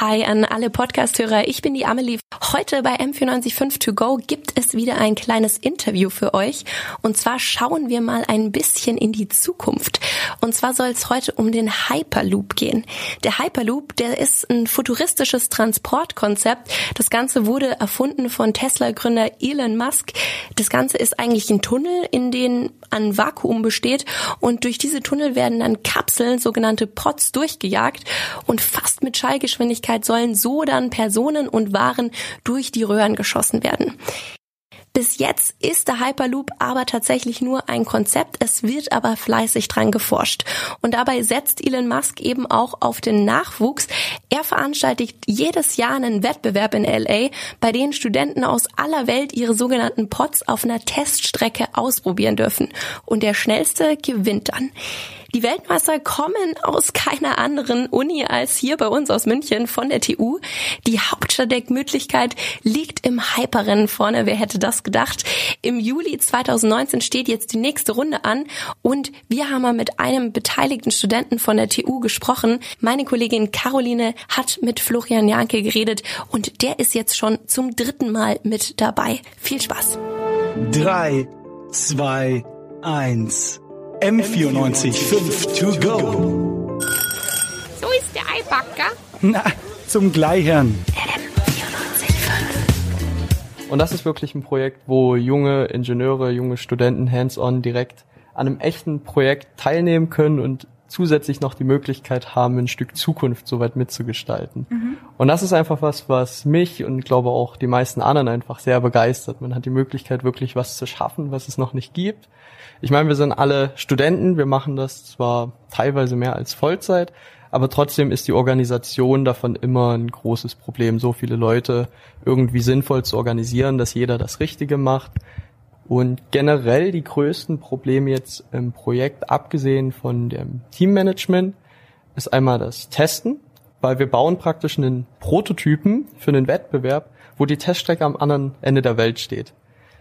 Hi an alle Podcast-Hörer, ich bin die Amelie. Heute bei M945 To Go gibt es wieder ein kleines Interview für euch. Und zwar schauen wir mal ein bisschen in die Zukunft. Und zwar soll es heute um den Hyperloop gehen. Der Hyperloop, der ist ein futuristisches Transportkonzept. Das Ganze wurde erfunden von Tesla-Gründer Elon Musk. Das Ganze ist eigentlich ein Tunnel, in den ein Vakuum besteht. Und durch diese Tunnel werden dann Kapseln, sogenannte Pods, durchgejagt. Und fast mit Schallgeschwindigkeit sollen so dann Personen und Waren durch die Röhren geschossen werden. Bis jetzt ist der Hyperloop aber tatsächlich nur ein Konzept, es wird aber fleißig dran geforscht. Und dabei setzt Elon Musk eben auch auf den Nachwuchs. Er veranstaltet jedes Jahr einen Wettbewerb in LA, bei dem Studenten aus aller Welt ihre sogenannten Pods auf einer Teststrecke ausprobieren dürfen. Und der Schnellste gewinnt dann. Die Weltmeister kommen aus keiner anderen Uni als hier bei uns aus München von der TU. Die Hauptstadtdeckmöglichkeit liegt im Hyperrennen vorne. Wer hätte das gedacht? Im Juli 2019 steht jetzt die nächste Runde an und wir haben mal mit einem beteiligten Studenten von der TU gesprochen. Meine Kollegin Caroline hat mit Florian Janke geredet und der ist jetzt schon zum 3. Mal mit dabei. Viel Spaß. 3, 2, 1... M945 To Go. So ist der Eibacker. Na, zum Gleichern. Und das ist wirklich ein Projekt, wo junge Ingenieure, junge Studenten hands-on direkt an einem echten Projekt teilnehmen können und zusätzlich noch die Möglichkeit haben, ein Stück Zukunft soweit mitzugestalten. Und das ist einfach was mich und glaube auch die meisten anderen einfach sehr begeistert. Man hat die Möglichkeit, wirklich was zu schaffen, was es noch nicht gibt. Ich meine, wir sind alle Studenten, wir machen das zwar teilweise mehr als Vollzeit, aber trotzdem ist die Organisation davon immer ein großes Problem, so viele Leute irgendwie sinnvoll zu organisieren, dass jeder das Richtige macht. Und generell die größten Probleme jetzt im Projekt, abgesehen von dem Teammanagement, ist einmal das Testen, weil wir bauen praktisch einen Prototypen für einen Wettbewerb, wo die Teststrecke am anderen Ende der Welt steht.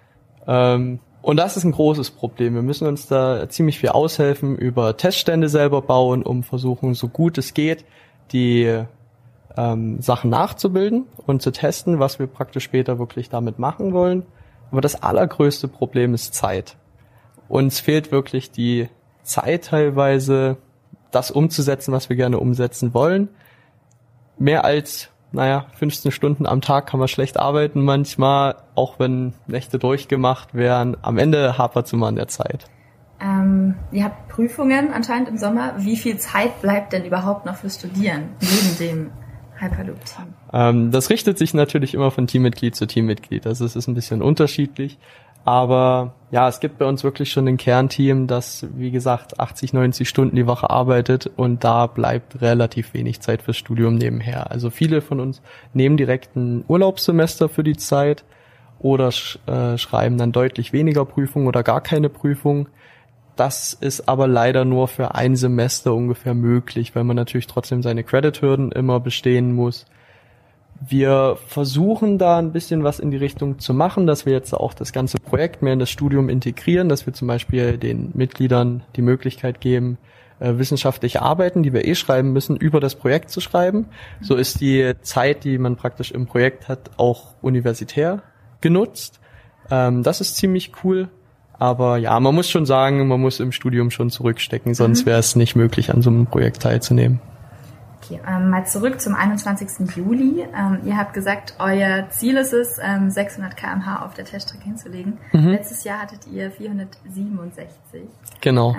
Und das ist ein großes Problem. Wir müssen uns da ziemlich viel aushelfen, über Teststände selber bauen, um versuchen, so gut es geht, die Sachen nachzubilden und zu testen, was wir praktisch später wirklich damit machen wollen. Aber das allergrößte Problem ist Zeit. Uns fehlt wirklich die Zeit teilweise, das umzusetzen, was wir gerne umsetzen wollen. Mehr als 15 Stunden am Tag kann man schlecht arbeiten manchmal, auch wenn Nächte durchgemacht werden. Am Ende hapert es immer an der Zeit. Ihr habt Prüfungen anscheinend im Sommer. Wie viel Zeit bleibt denn überhaupt noch fürs Studieren neben dem Hyperloop-Team? Das richtet sich natürlich immer von Teammitglied zu Teammitglied. Also es ist ein bisschen unterschiedlich. Aber ja, es gibt bei uns wirklich schon ein Kernteam, das, wie gesagt, 80, 90 Stunden die Woche arbeitet und da bleibt relativ wenig Zeit fürs Studium nebenher. Also viele von uns nehmen direkt ein Urlaubssemester für die Zeit oder schreiben dann deutlich weniger Prüfungen oder gar keine Prüfung. Das ist aber leider nur für ein Semester ungefähr möglich, weil man natürlich trotzdem seine Credit-Hürden immer bestehen muss. Wir versuchen da ein bisschen was in die Richtung zu machen, dass wir jetzt auch das ganze Projekt mehr in das Studium integrieren, dass wir zum Beispiel den Mitgliedern die Möglichkeit geben, wissenschaftliche Arbeiten, die wir schreiben müssen, über das Projekt zu schreiben. So ist die Zeit, die man praktisch im Projekt hat, auch universitär genutzt. Das ist ziemlich cool. Aber ja, man muss schon sagen, man muss im Studium schon zurückstecken, sonst wäre es nicht möglich, an so einem Projekt teilzunehmen. Okay, mal zurück zum 21. Juli. Ihr habt gesagt, euer Ziel ist es, 600 km/h auf der Teststrecke hinzulegen. Letztes Jahr hattet ihr 467. Genau.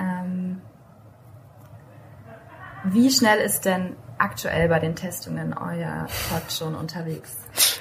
Wie schnell ist denn aktuell bei den Testungen euer Pod schon unterwegs?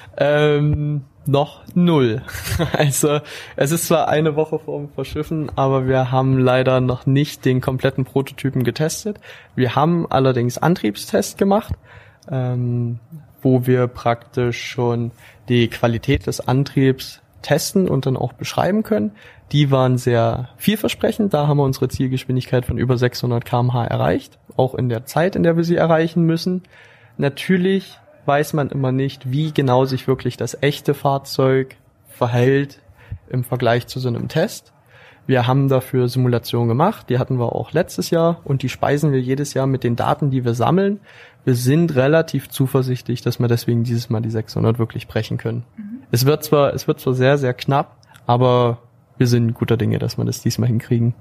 Noch 0. Also es ist zwar eine Woche vorm Verschiffen, aber wir haben leider noch nicht den kompletten Prototypen getestet. Wir haben allerdings Antriebstests gemacht, wo wir praktisch schon die Qualität des Antriebs testen und dann auch beschreiben können. Die waren sehr vielversprechend. Da haben wir unsere Zielgeschwindigkeit von über 600 km/h erreicht, auch in der Zeit, in der wir sie erreichen müssen. Natürlich weiß man immer nicht, wie genau sich wirklich das echte Fahrzeug verhält im Vergleich zu so einem Test. Wir haben dafür Simulationen gemacht, die hatten wir auch letztes Jahr und die speisen wir jedes Jahr mit den Daten, die wir sammeln. Wir sind relativ zuversichtlich, dass wir deswegen dieses Mal die 600 wirklich brechen können. Es wird zwar sehr, sehr knapp, aber wir sind guter Dinge, dass wir das diesmal hinkriegen.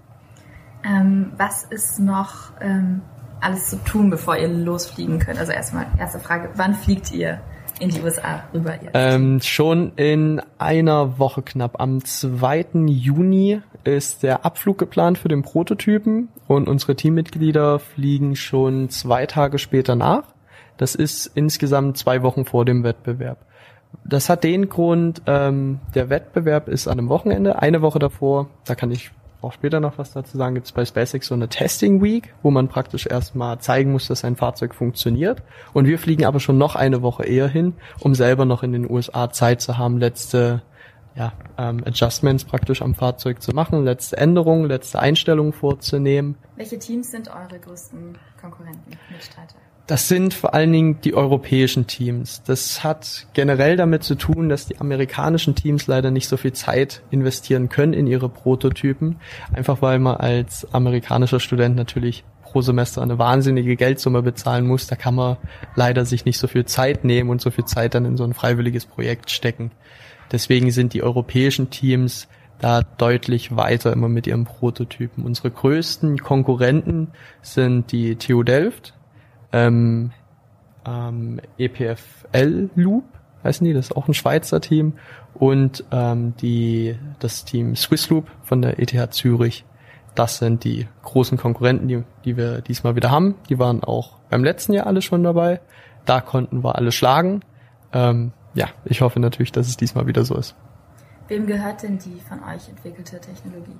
Was ist noch alles zu tun, bevor ihr losfliegen könnt? Also erste Frage, wann fliegt ihr in die USA rüber jetzt? Schon in einer Woche knapp. Am 2. Juni ist der Abflug geplant für den Prototypen und unsere Teammitglieder fliegen schon 2 Tage später nach. Das ist insgesamt 2 Wochen vor dem Wettbewerb. Das hat den Grund, der Wettbewerb ist an einem Wochenende. Eine Woche davor, da kann ich auch später noch was dazu sagen, gibt es bei SpaceX so eine Testing Week, wo man praktisch erstmal zeigen muss, dass ein Fahrzeug funktioniert. Und wir fliegen aber schon noch eine Woche eher hin, um selber noch in den USA Zeit zu haben, letzte Adjustments praktisch am Fahrzeug zu machen, letzte Änderungen, letzte Einstellungen vorzunehmen. Welche Teams sind eure größten Konkurrenten, Mitstreiter? Das sind vor allen Dingen die europäischen Teams. Das hat generell damit zu tun, dass die amerikanischen Teams leider nicht so viel Zeit investieren können in ihre Prototypen. Einfach weil man als amerikanischer Student natürlich pro Semester eine wahnsinnige Geldsumme bezahlen muss. Da kann man leider sich nicht so viel Zeit nehmen und so viel Zeit dann in so ein freiwilliges Projekt stecken. Deswegen sind die europäischen Teams da deutlich weiter immer mit ihren Prototypen. Unsere größten Konkurrenten sind die TU Delft, EPFL Loop heißen die, das ist auch ein Schweizer Team, und das Team Swiss Loop von der ETH Zürich. Das sind die großen Konkurrenten, die wir diesmal wieder haben. Die waren auch beim letzten Jahr alle schon dabei. Da konnten wir alle schlagen. Ich hoffe natürlich, dass es diesmal wieder so ist. Wem gehört denn die von euch entwickelte Technologie?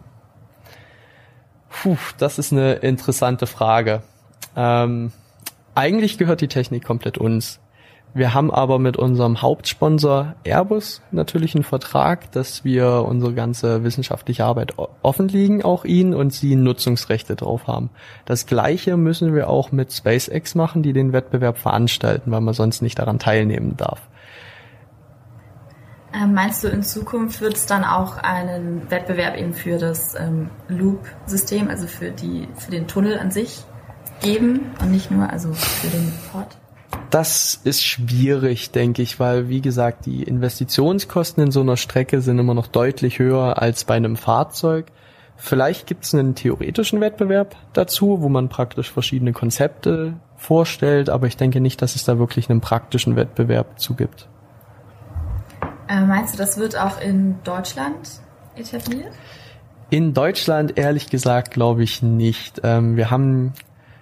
Das ist eine interessante Frage. Eigentlich gehört die Technik komplett uns. Wir haben aber mit unserem Hauptsponsor Airbus natürlich einen Vertrag, dass wir unsere ganze wissenschaftliche Arbeit offenlegen, auch ihnen, und sie Nutzungsrechte drauf haben. Das Gleiche müssen wir auch mit SpaceX machen, die den Wettbewerb veranstalten, weil man sonst nicht daran teilnehmen darf. Meinst du, in Zukunft wird es dann auch einen Wettbewerb eben für das Loop-System, also für den Tunnel an sich geben und nicht nur also für den Pod? Das ist schwierig, denke ich, weil, wie gesagt, die Investitionskosten in so einer Strecke sind immer noch deutlich höher als bei einem Fahrzeug. Vielleicht gibt es einen theoretischen Wettbewerb dazu, wo man praktisch verschiedene Konzepte vorstellt, aber ich denke nicht, dass es da wirklich einen praktischen Wettbewerb zu gibt. Meinst du, das wird auch in Deutschland etabliert? In Deutschland, ehrlich gesagt, glaube ich nicht. Wir haben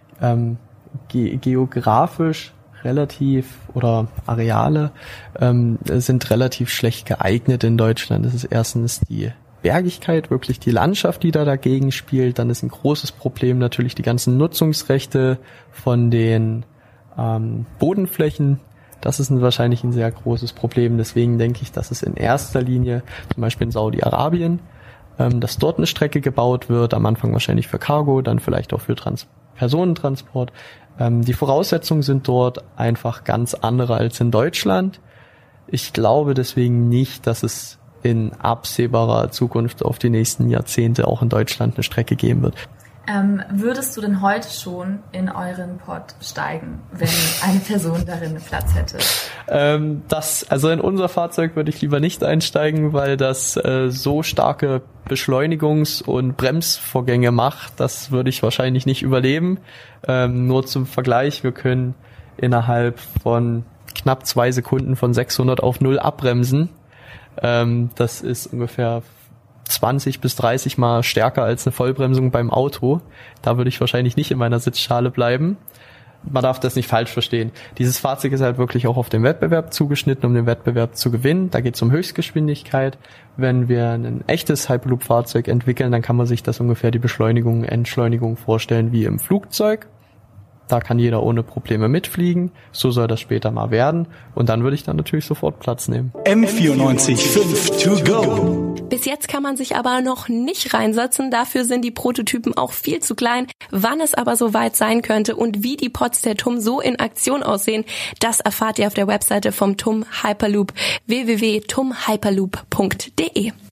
geografisch oder Areale sind relativ schlecht geeignet in Deutschland. Das ist erstens die Bergigkeit, wirklich die Landschaft, die da dagegen spielt. Dann ist ein großes Problem natürlich die ganzen Nutzungsrechte von den Bodenflächen. Das ist wahrscheinlich ein sehr großes Problem. Deswegen denke ich, dass es in erster Linie zum Beispiel in Saudi-Arabien, dass dort eine Strecke gebaut wird, am Anfang wahrscheinlich für Cargo, dann vielleicht auch für Personentransport. Die Voraussetzungen sind dort einfach ganz andere als in Deutschland. Ich glaube deswegen nicht, dass es in absehbarer Zukunft auf die nächsten Jahrzehnte auch in Deutschland eine Strecke geben wird. Würdest du denn heute schon in euren Pod steigen, wenn eine Person darin Platz hätte? Also in unser Fahrzeug würde ich lieber nicht einsteigen, weil das so starke Beschleunigungs- und Bremsvorgänge macht. Das würde ich wahrscheinlich nicht überleben. Nur zum Vergleich, wir können innerhalb von knapp 2 Sekunden von 600 auf 0 abbremsen. Das ist ungefähr 20 bis 30 Mal stärker als eine Vollbremsung beim Auto. Da würde ich wahrscheinlich nicht in meiner Sitzschale bleiben. Man darf das nicht falsch verstehen. Dieses Fahrzeug ist halt wirklich auch auf den Wettbewerb zugeschnitten, um den Wettbewerb zu gewinnen. Da geht es um Höchstgeschwindigkeit. Wenn wir ein echtes Hyperloop-Fahrzeug entwickeln, dann kann man sich das ungefähr die Beschleunigung, Entschleunigung vorstellen wie im Flugzeug. Da kann jeder ohne Probleme mitfliegen. So soll das später mal werden. Und dann würde ich dann natürlich sofort Platz nehmen. M94.5 to go. Bis jetzt kann man sich aber noch nicht reinsetzen. Dafür sind die Prototypen auch viel zu klein. Wann es aber soweit sein könnte und wie die Pods der TUM so in Aktion aussehen, das erfahrt ihr auf der Webseite vom TUM Hyperloop www.tumhyperloop.de.